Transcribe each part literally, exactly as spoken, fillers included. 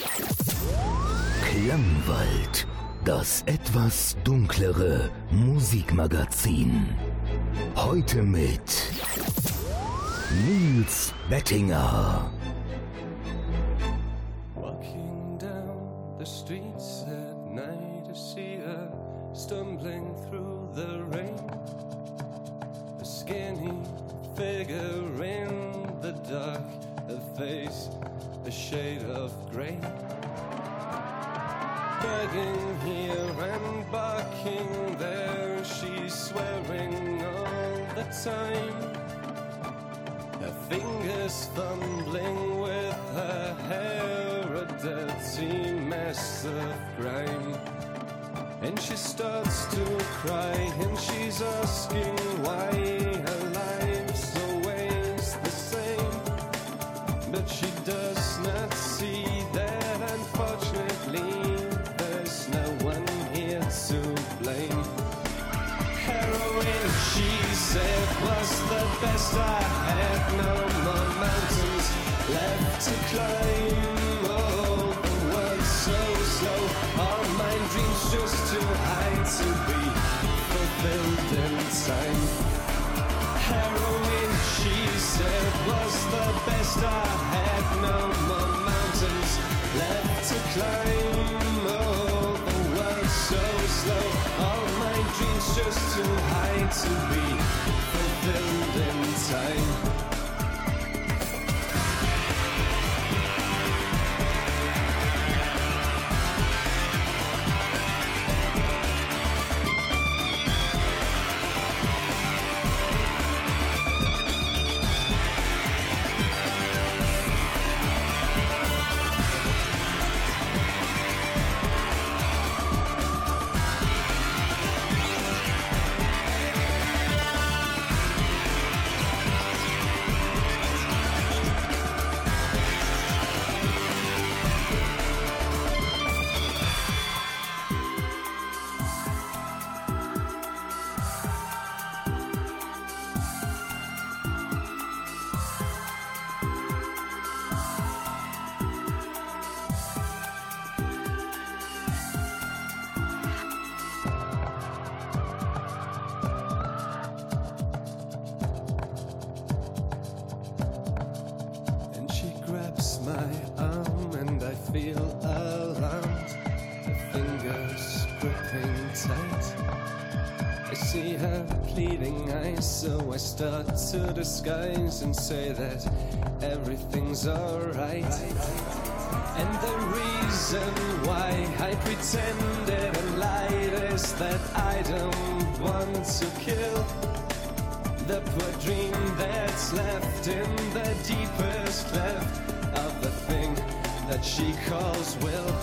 Klangwald, das etwas dunklere Musikmagazin. Heute mit Nils Bettinger. Walking down the streets at night, I see her stumbling through the rain. A skinny figure in the dark, a face a shade of grey. Begging here and barking there, she's swearing all the time. Her fingers fumbling with her hair, a dirty mess of grime. And she starts to cry, and she's asking why her life's always the same. But she does not see that, unfortunately, there's no one here to blame. Heroin, she said, was the best I had. No more mountains left to climb. Oh, the world's so slow, all my dreams just too high to be fulfilled in time. Heroin, she said, was the best I had. No more mountains left to climb. Oh, the world's so slow, all my dreams just too high to be fulfilled in time. So I start to disguise and say that everything's alright. And the reason why I pretended and lied is that I don't want to kill the poor dream that's left in the deepest cleft of the thing that she calls will.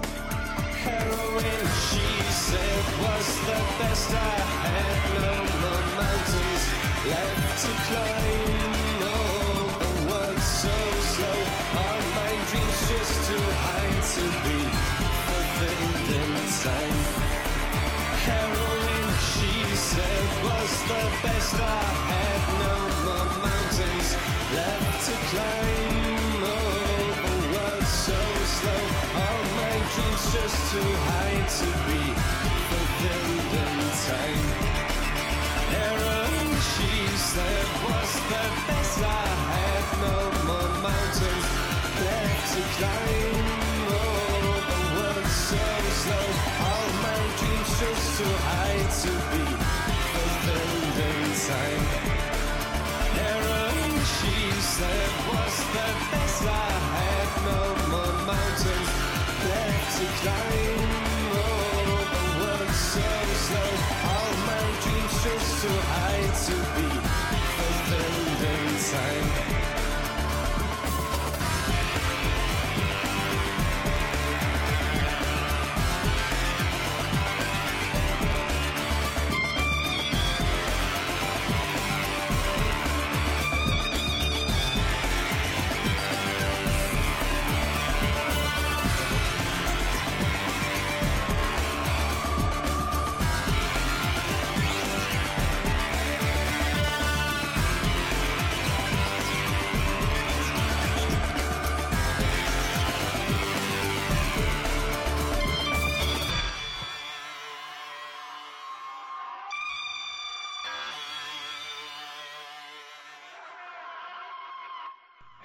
Heroin, she said, was the best I had. No more mountains left to climb. Oh, the world's so slow, all my dreams just too high to be fulfilled in time. Heroin, she said, was the best I had. No more mountains left to climb. Oh, the world's so slow, all my dreams just too high to be fulfilled in time. Heroin, she said, was the best I had. No more mountains left to climb. Oh, the world's so slow, all my dreams just too high to be fulfilled in time. Heroin, she said, was the best I had. No more mountains left to climb. Oh, the world's so slow, all my dreams just too high to be fulfilled in time.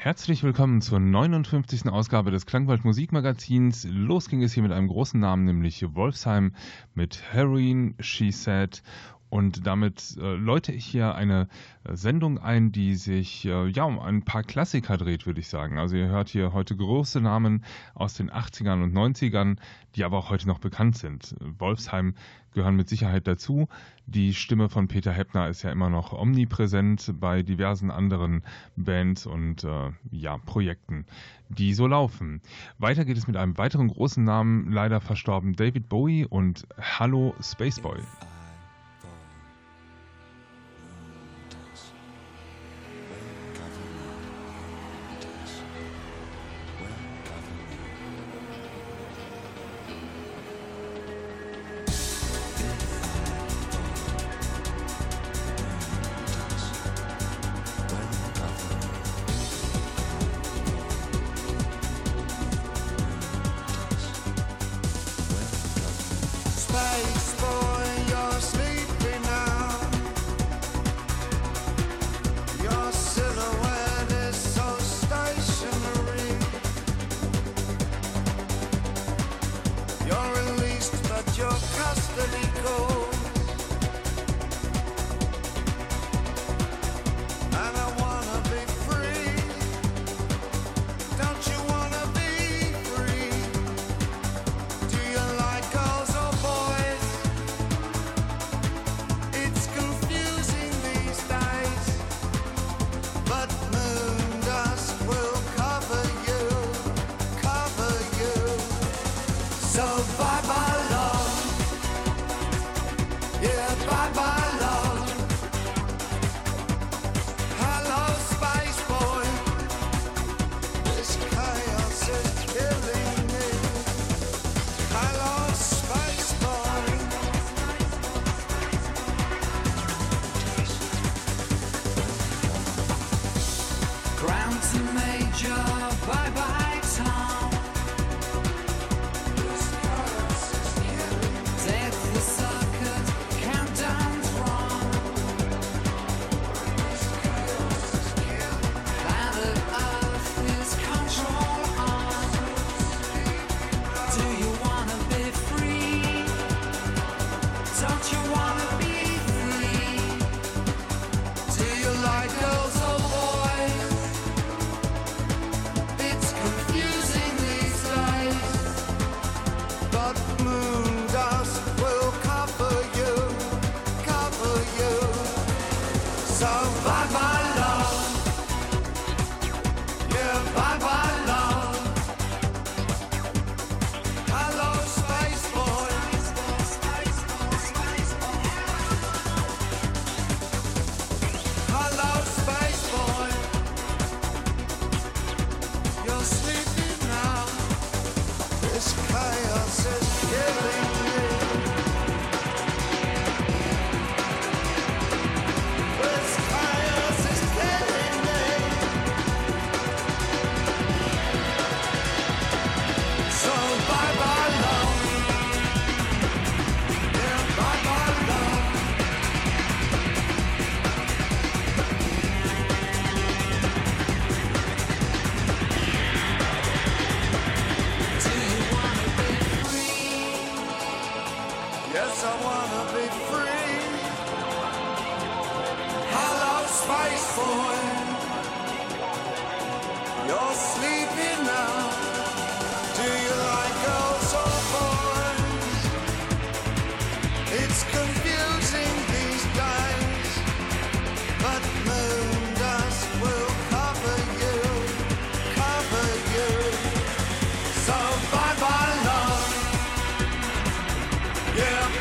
Herzlich willkommen zur neunundfünfzigsten Ausgabe des Klangwald Musikmagazins. Los ging es hier mit einem großen Namen, nämlich Wolfsheim mit Heroin, She Said. Und damit äh, läute ich hier eine äh, Sendung ein, die sich äh, ja um ein paar Klassiker dreht, würde ich sagen. Also ihr hört hier heute große Namen aus den achtzigern und neunzigern, die aber auch heute noch bekannt sind. Wolfsheim gehören mit Sicherheit dazu. Die Stimme von Peter Heppner ist ja immer noch omnipräsent bei diversen anderen Bands und äh, ja, Projekten, die so laufen. Weiter geht es mit einem weiteren großen Namen, leider verstorben, David Bowie und Hallo Spaceboy.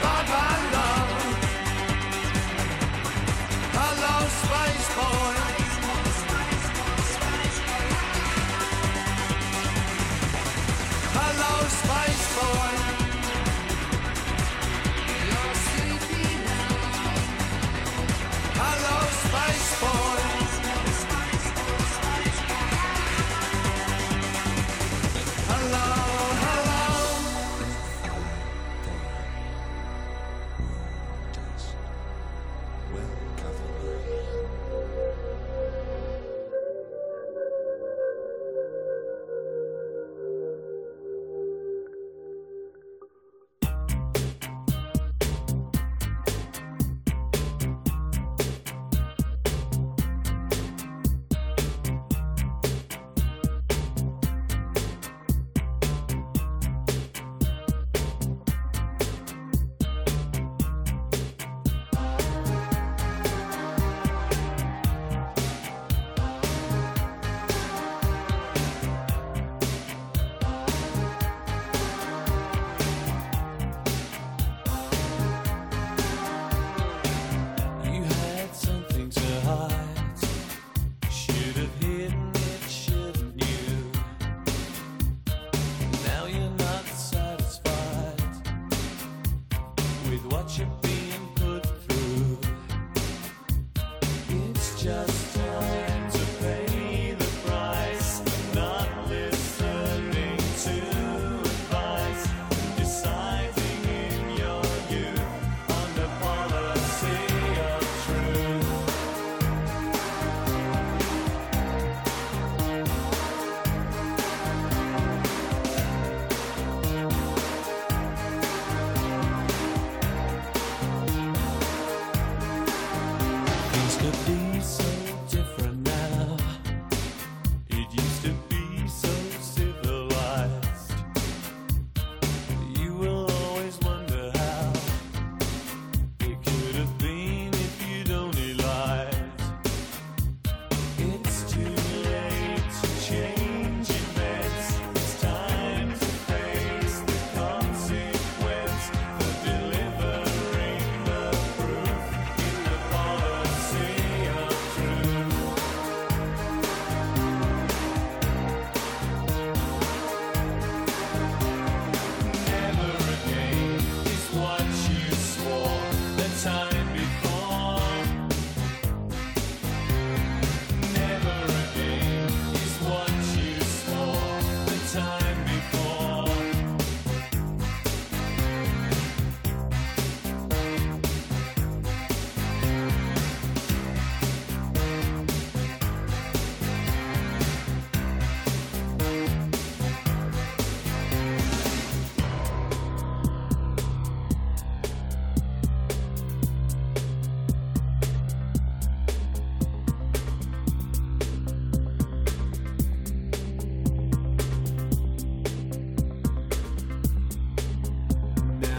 Hello, Space Boy.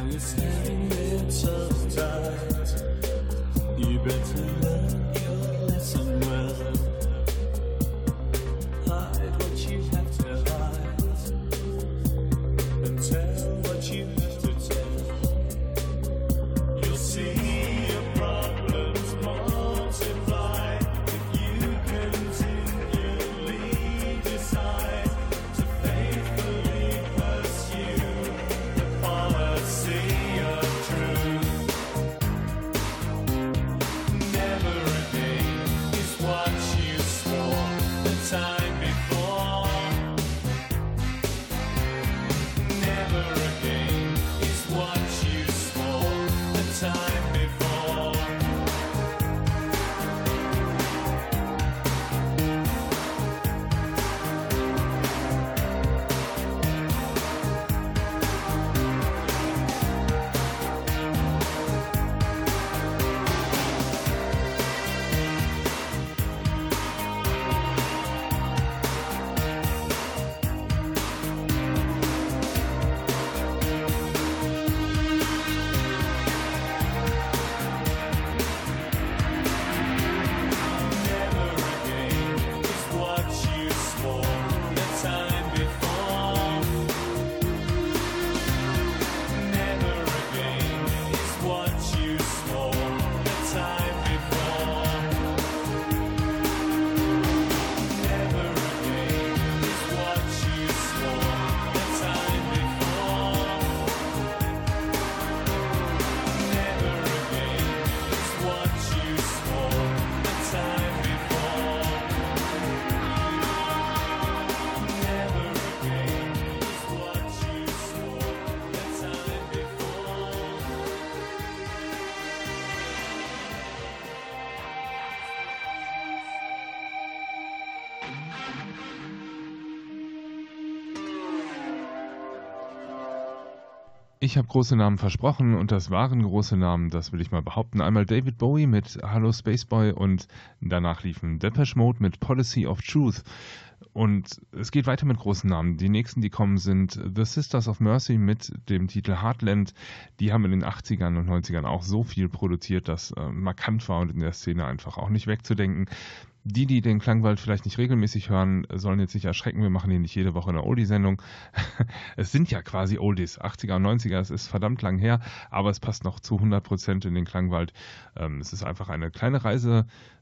Ich habe große Namen versprochen und das waren große Namen, das will ich mal behaupten. Einmal David Bowie mit Hallo Spaceboy und danach liefen Depeche Mode mit Policy of Truth. Und es geht weiter mit großen Namen. Die nächsten, die kommen, sind The Sisters of Mercy mit dem Titel Heartland. Die haben in den achtzigern und neunzigern auch so viel produziert, dass äh, markant war und in der Szene einfach auch nicht wegzudenken. Die, die den Klangwald vielleicht nicht regelmäßig hören, sollen jetzt nicht erschrecken. Wir machen hier nicht jede Woche eine Oldie-Sendung. Es sind ja quasi Oldies. achtziger und neunziger, es ist verdammt lang her, aber es passt noch zu hundert Prozent in den Klangwald. Es ist einfach eine kleine Reise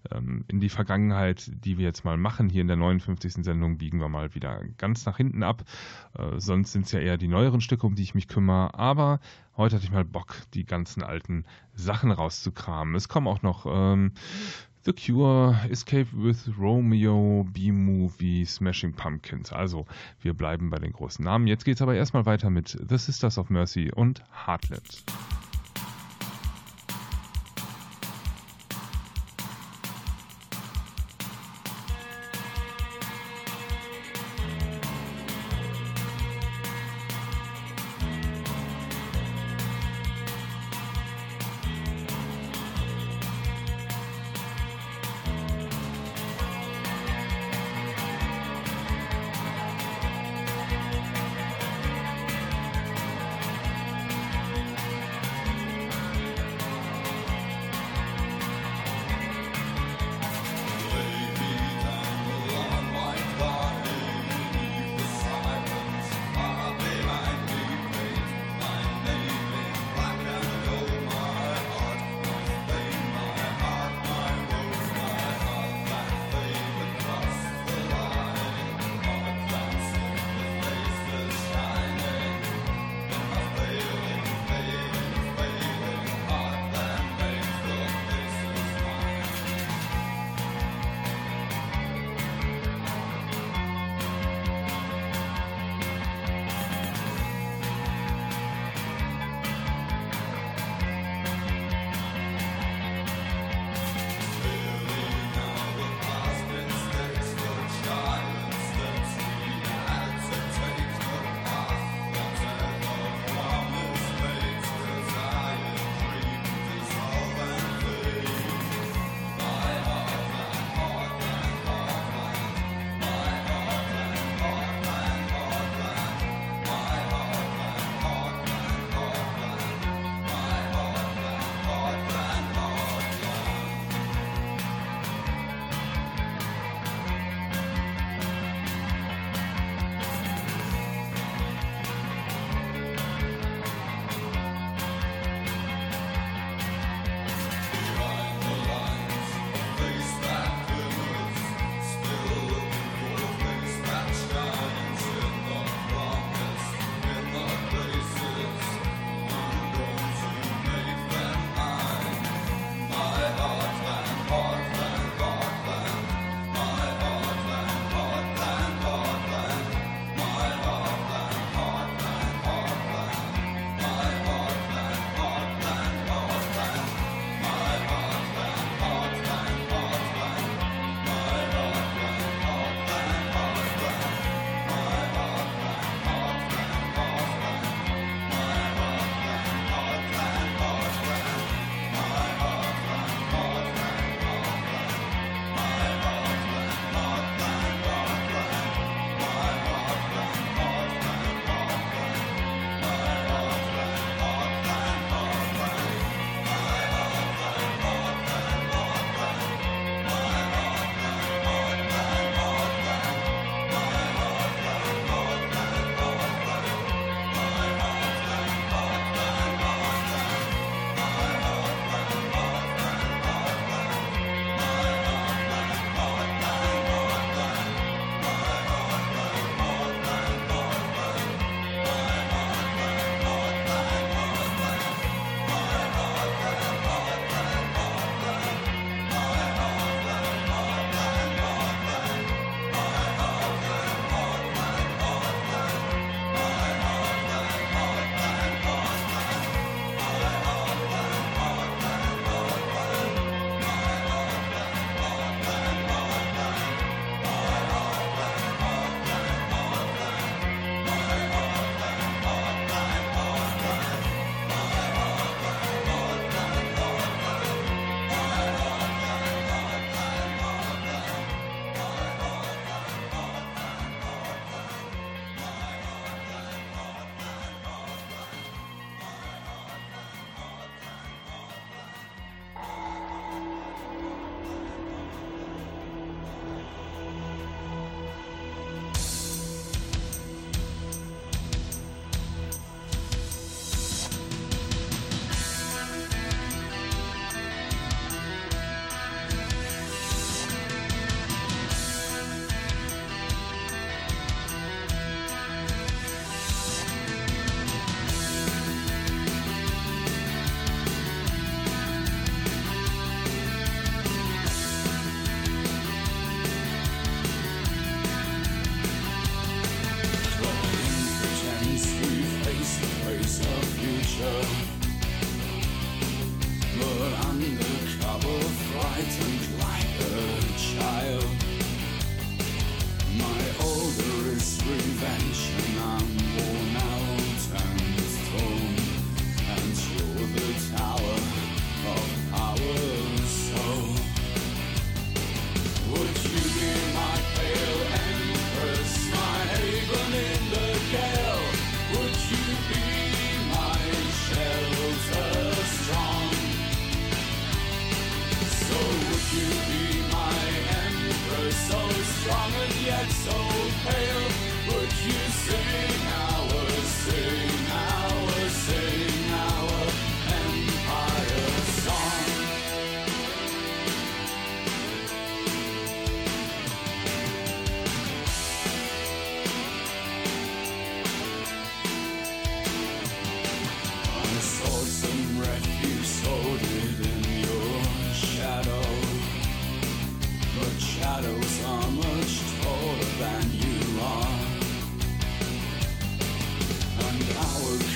in die Vergangenheit, die wir jetzt mal machen. Hier in der neunundfünfzigsten Sendung biegen wir mal wieder ganz nach hinten ab. Sonst sind es ja eher die neueren Stücke, um die ich mich kümmere. Aber heute hatte ich mal Bock, die ganzen alten Sachen rauszukramen. Es kommen auch noch ähm, The Cure, Escape with Romeo, B-Movie, Smashing Pumpkins. Also, wir bleiben bei den großen Namen. Jetzt geht's aber erstmal weiter mit The Sisters of Mercy und Heartland.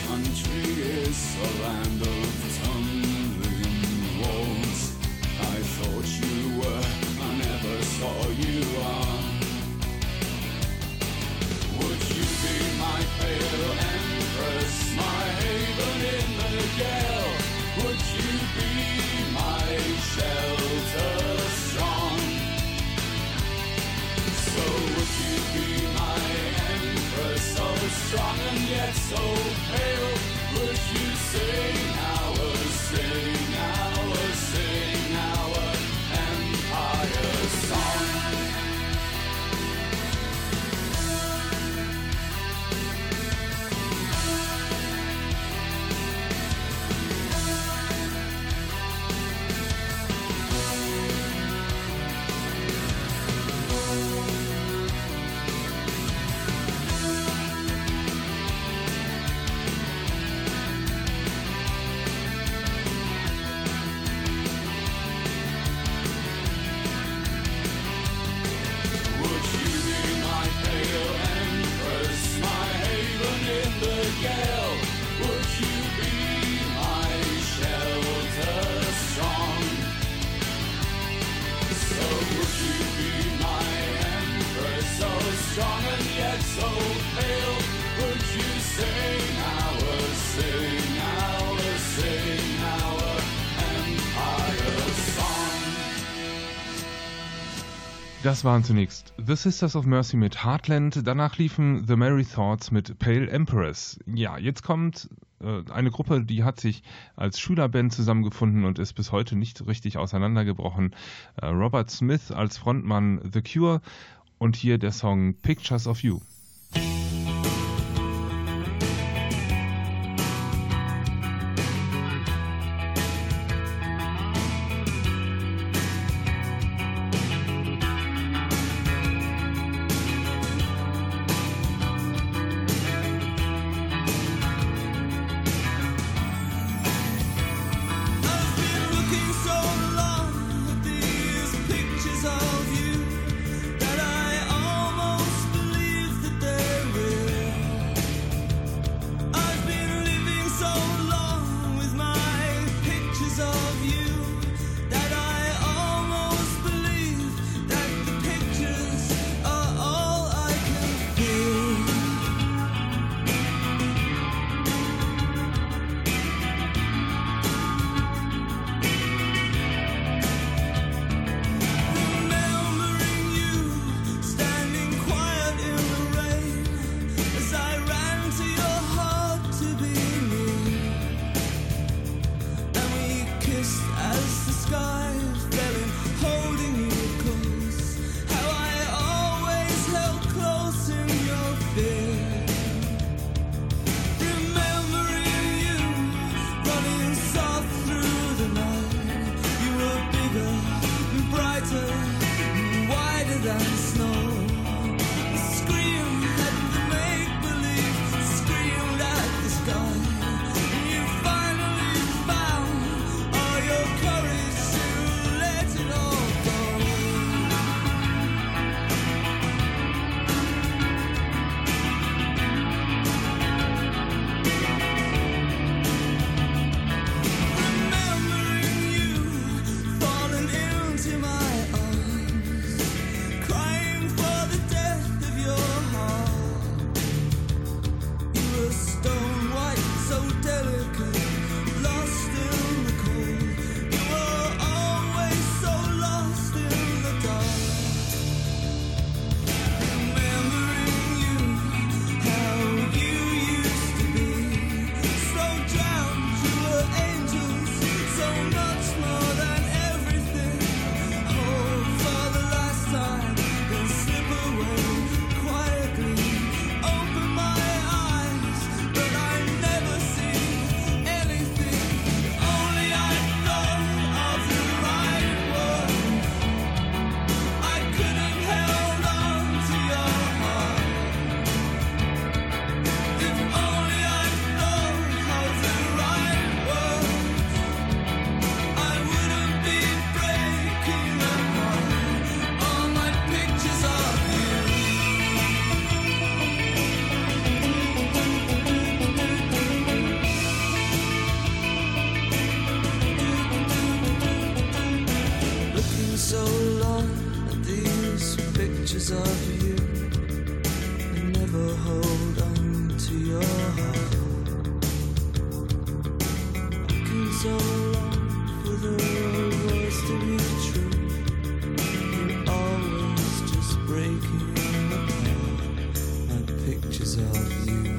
country is a land of tumbling walls. I thought you were, I never saw you are. Would you be my pale empress, my haven in the gale? Would you be my shelter strong? So would you be my empress, so strong and yet so pale? Would you sing our, sing our, sing our empire song? Strong and yet so pale, would you sing our, sing our, sing our empire song? Das waren zunächst The Sisters of Mercy mit Heartland, danach liefen The Merry Thoughts mit Pale Empress. Ja, jetzt kommt äh, eine Gruppe, die hat sich als Schülerband zusammengefunden und ist bis heute nicht richtig auseinandergebrochen. Äh, Robert Smith als Frontmann The Cure. Und hier der Song Pictures of You. so long for the voice to be true. You're always just breaking apart my pictures of you.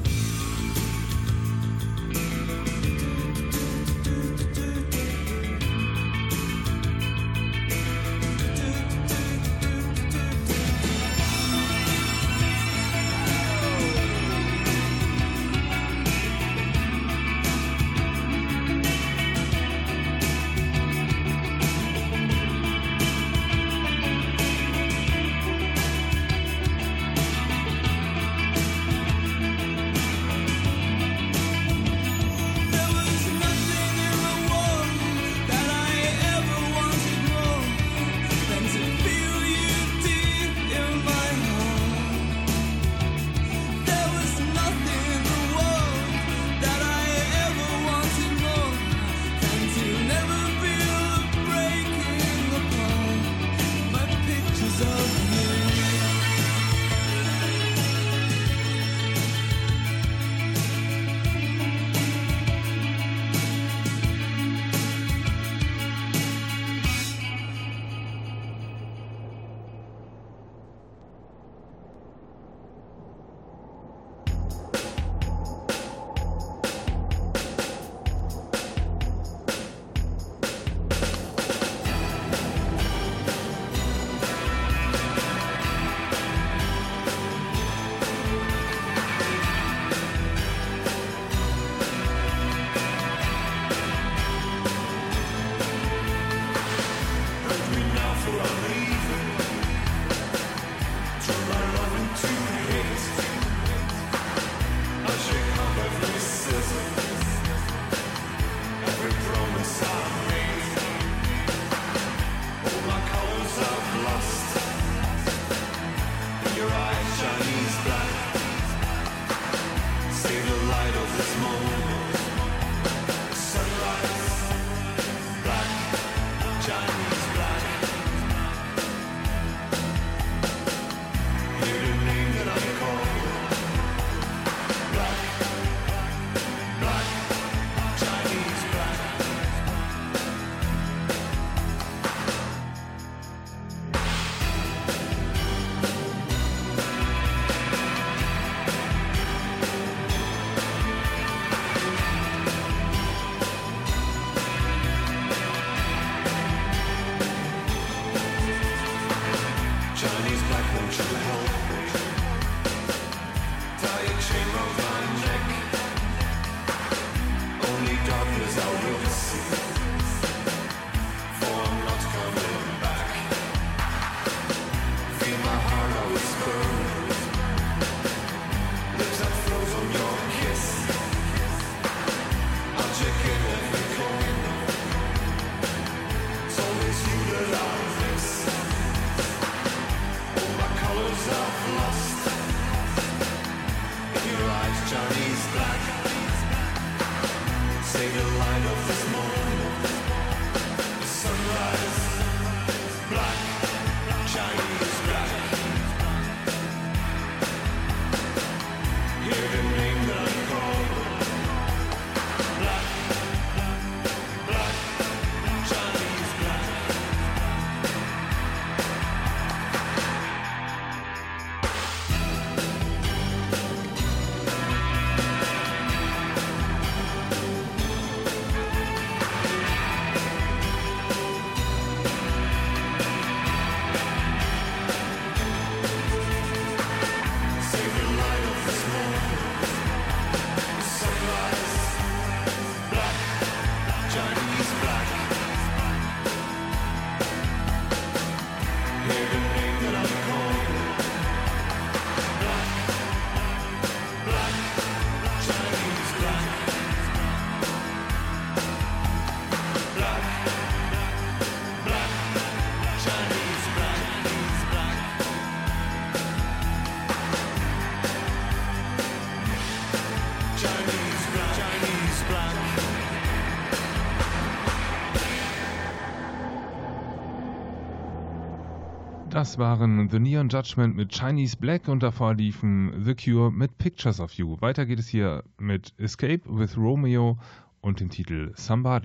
Das waren The Neon Judgment mit Chinese Black und davor liefen The Cure mit Pictures of You. Weiter geht es hier mit Escape with Romeo und dem Titel Somebody.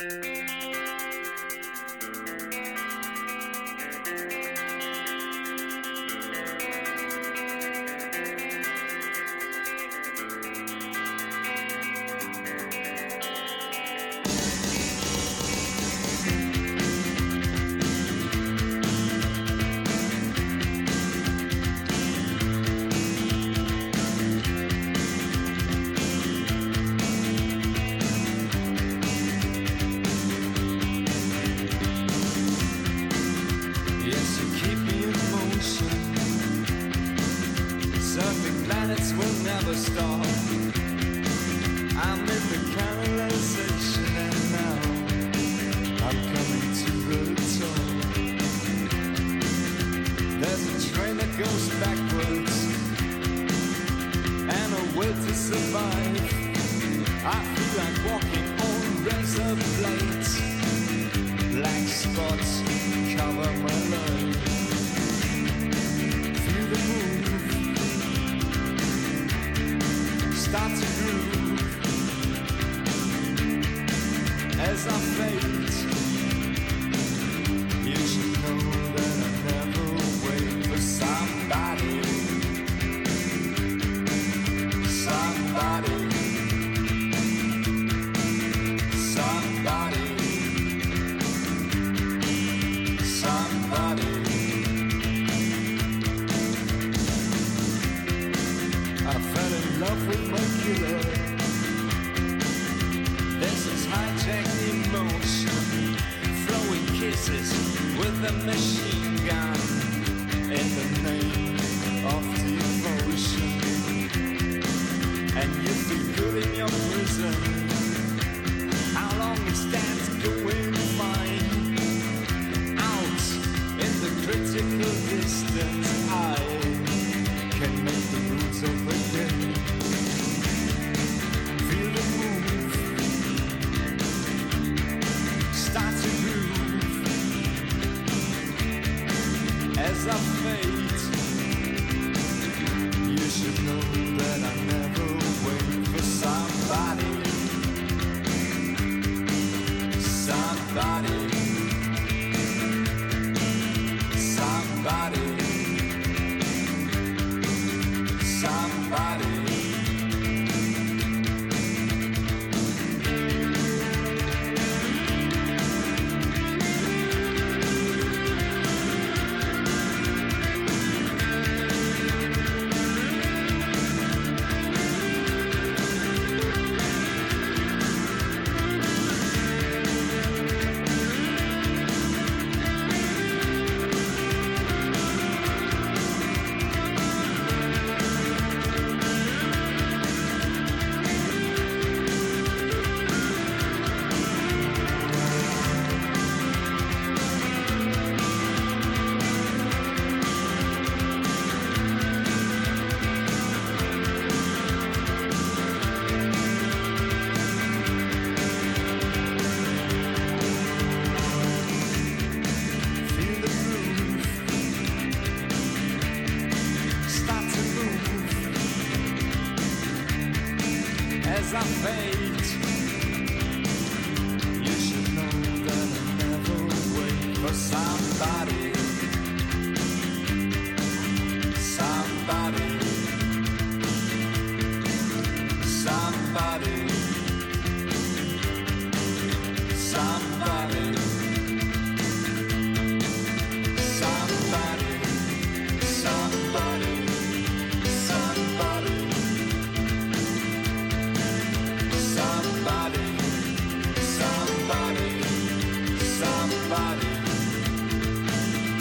Somebody, somebody,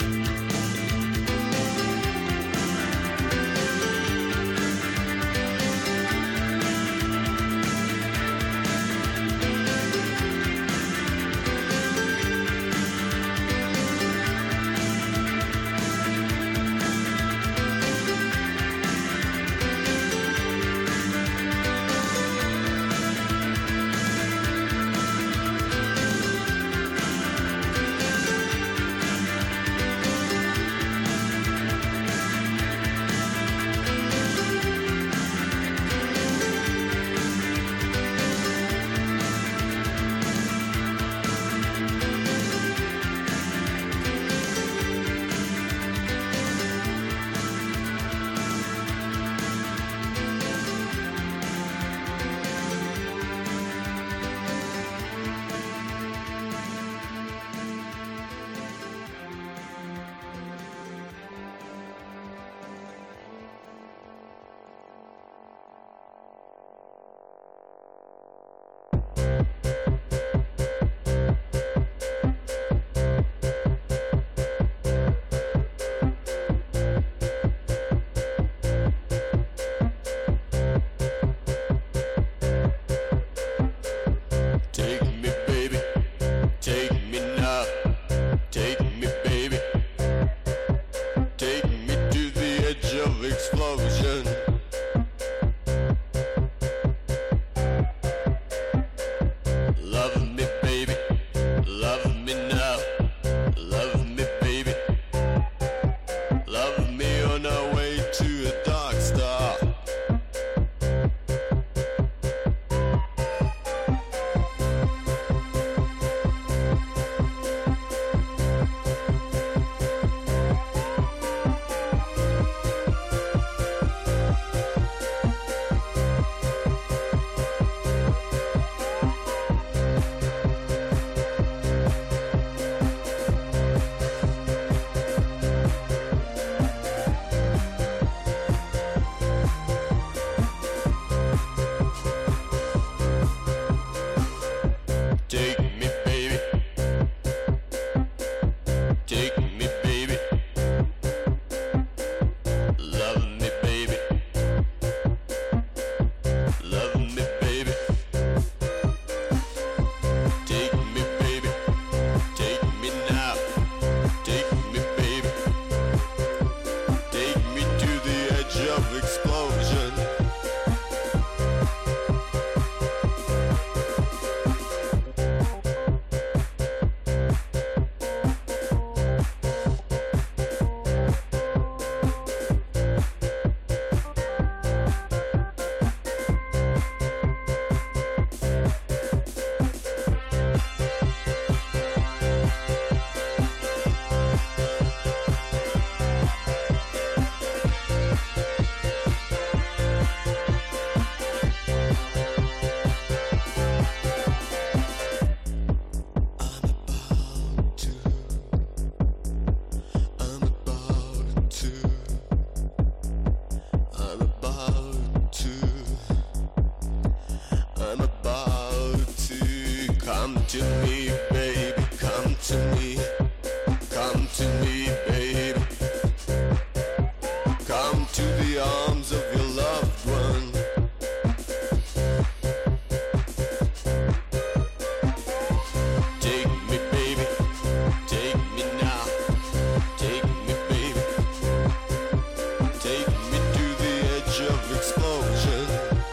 Come to me, baby, come to me. Come to me, baby. Come to the arms of your loved one. Take me, baby, take me now. Take me, baby. Take me to the edge of explosion.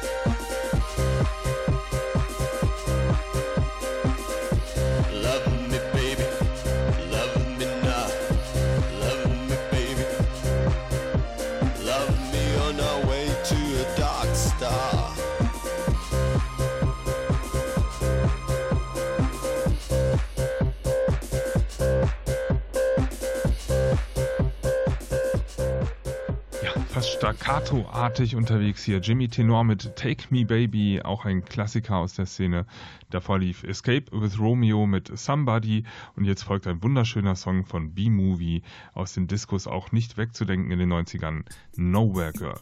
Love me, baby. Love me now. Love me, baby. Love me on our way to a dark star. Ja, fast staccato-artig unterwegs hier. Jimmy Tenor mit Take Me Baby, auch ein Klassiker aus der Szene. Davor lief Escape with Romeo mit Somebody und jetzt folgt ein wunderschöner Song von B-Movie aus den Discos, auch nicht wegzudenken in den neunzigern. Nowhere Girl.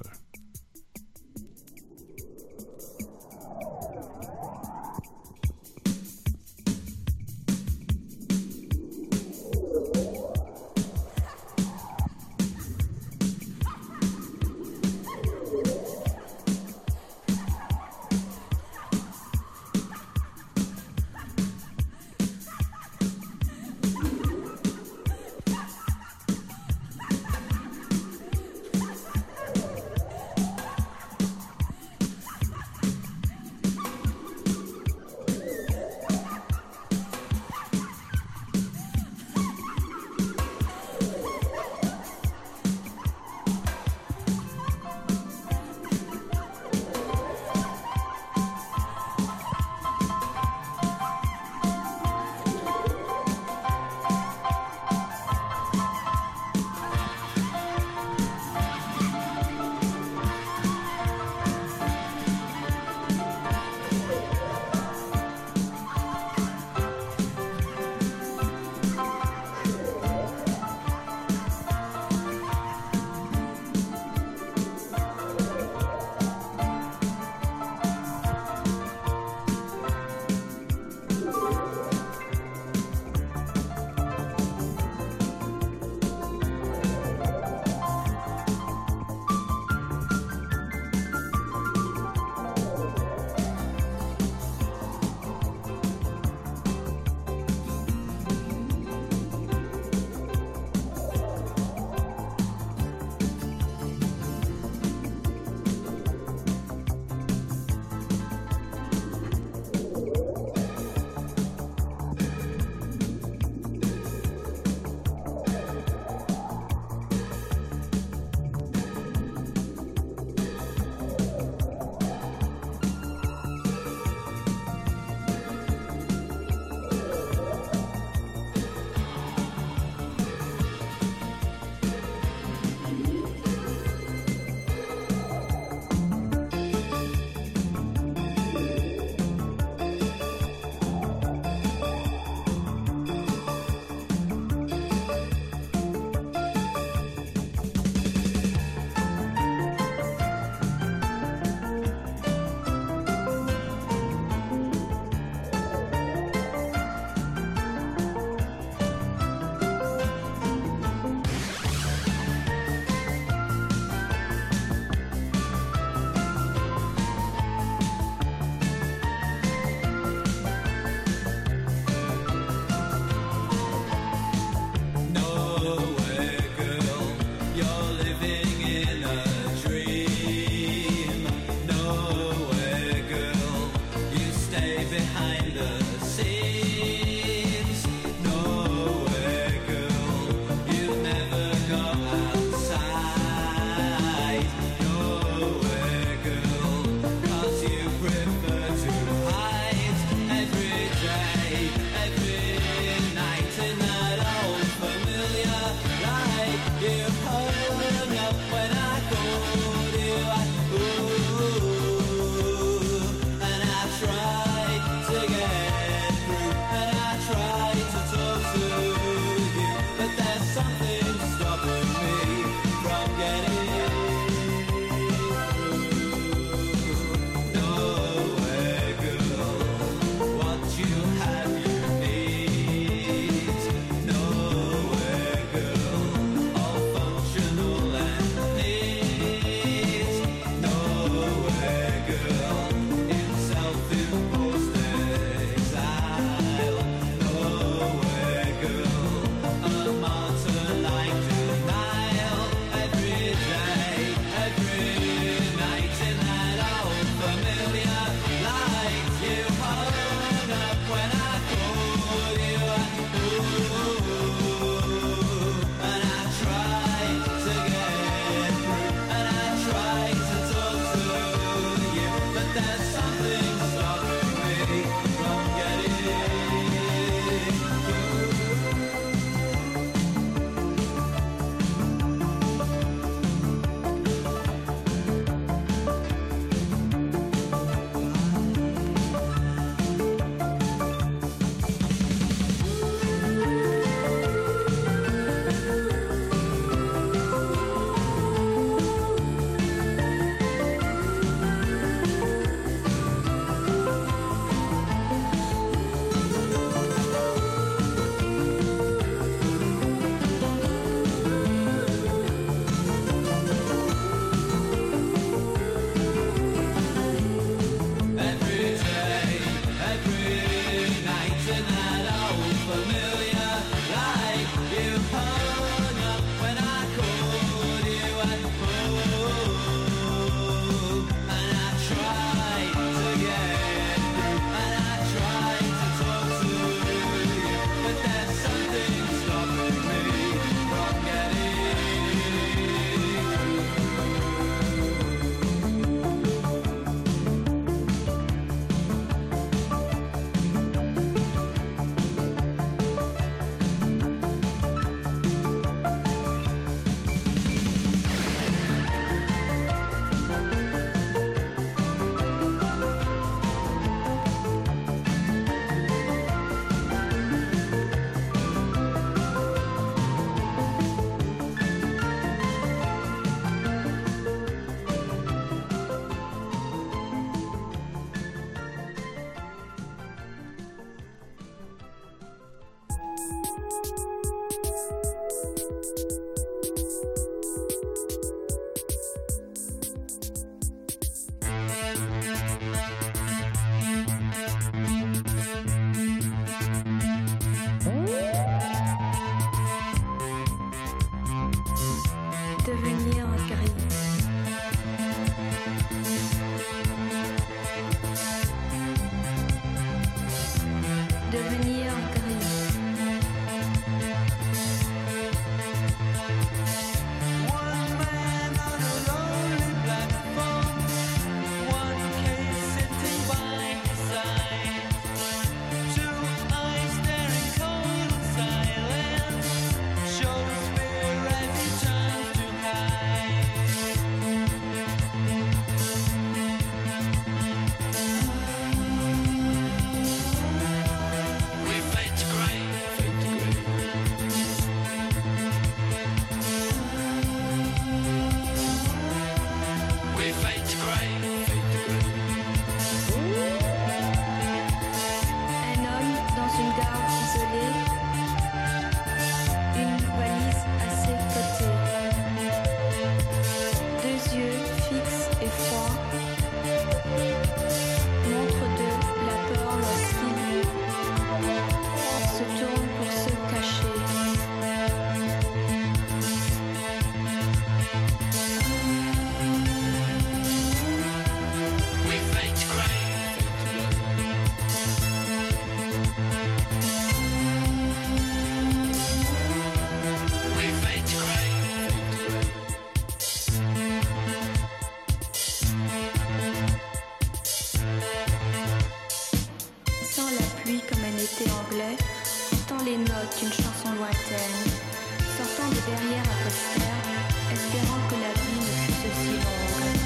été anglais, portant les notes d'une chanson lointaine, sortant de derrière un poster, espérant que la vie ne fût aussi longue.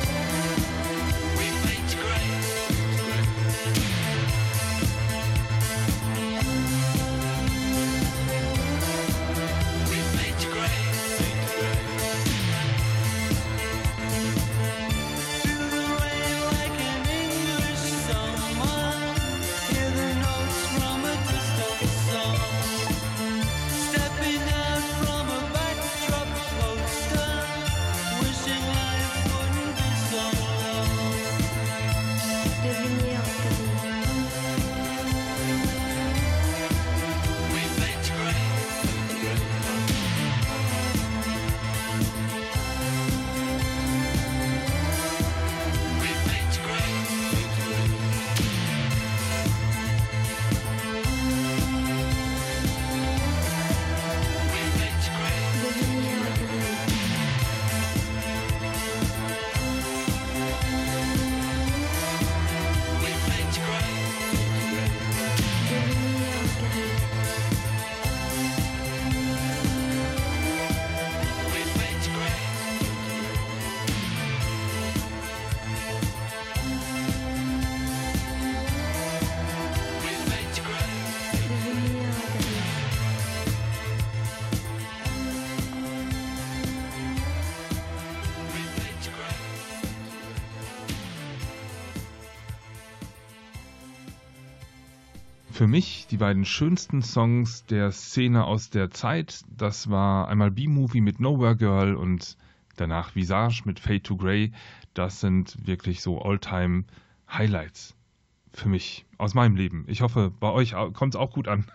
Für mich die beiden schönsten Songs der Szene aus der Zeit, das war einmal B-Movie mit Nowhere Girl und danach Visage mit Fade to Grey. Das sind wirklich so All-Time Highlights für mich aus meinem Leben. Ich hoffe, bei euch kommt es auch gut an.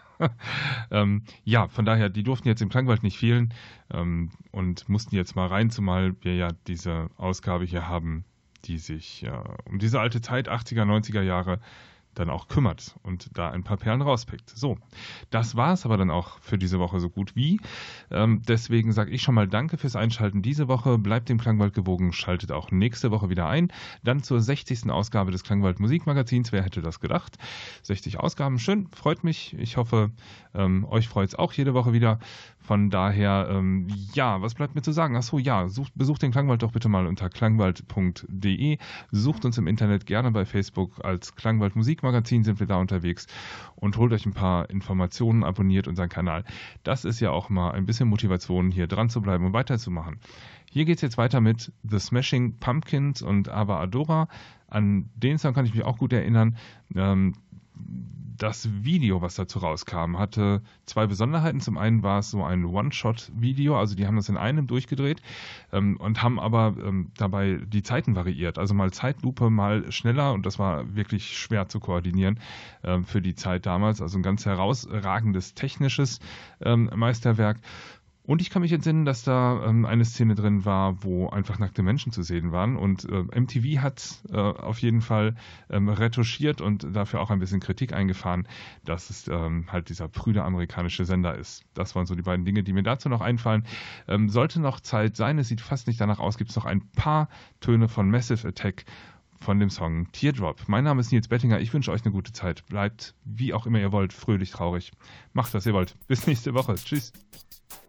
ähm, ja, von daher, die durften jetzt im Klangwald nicht fehlen ähm, und mussten jetzt mal rein, zumal wir ja diese Ausgabe hier haben, die sich äh, um diese alte Zeit, achtziger, neunziger Jahre, dann auch kümmert und da ein paar Perlen rauspickt. So, das war es aber dann auch für diese Woche so gut wie. Ähm, deswegen sage ich schon mal Danke fürs Einschalten diese Woche. Bleibt dem Klangwald gewogen, schaltet auch nächste Woche wieder ein. Dann zur sechzigsten Ausgabe des Klangwald Musikmagazins. Wer hätte das gedacht? sechzig Ausgaben, schön, freut mich. Ich hoffe, ähm, euch freut es auch jede Woche wieder. Von daher, ähm, ja, was bleibt mir zu sagen? Achso, ja, sucht, besucht den Klangwald doch bitte mal unter klangwald punkt de. Sucht uns im Internet gerne bei Facebook als Klangwald Musikmagazin, sind wir da unterwegs und holt euch ein paar Informationen, abonniert unseren Kanal. Das ist ja auch mal ein bisschen Motivation, hier dran zu bleiben und weiterzumachen. Hier geht es jetzt weiter mit The Smashing Pumpkins und Ava Adora. An den Song kann ich mich auch gut erinnern. Ähm, Das Video, was dazu rauskam, hatte zwei Besonderheiten. Zum einen war es so ein One-Shot-Video, also die haben das in einem durchgedreht ähm, und haben aber ähm, dabei die Zeiten variiert. Also mal Zeitlupe, mal schneller und das war wirklich schwer zu koordinieren ähm, für die Zeit damals. Also ein ganz herausragendes technisches ähm, Meisterwerk. Und ich kann mich entsinnen, dass da ähm, eine Szene drin war, wo einfach nackte Menschen zu sehen waren. Und äh, M T V hat äh, auf jeden Fall ähm, retuschiert und dafür auch ein bisschen Kritik eingefahren, dass es ähm, halt dieser prüde amerikanische Sender ist. Das waren so die beiden Dinge, die mir dazu noch einfallen. Ähm, sollte noch Zeit sein, es sieht fast nicht danach aus, gibt es noch ein paar Töne von Massive Attack von dem Song Teardrop. Mein Name ist Nils Bettinger, ich wünsche euch eine gute Zeit. Bleibt, wie auch immer ihr wollt, fröhlich, traurig. Macht, was ihr wollt. Bis nächste Woche. Tschüss.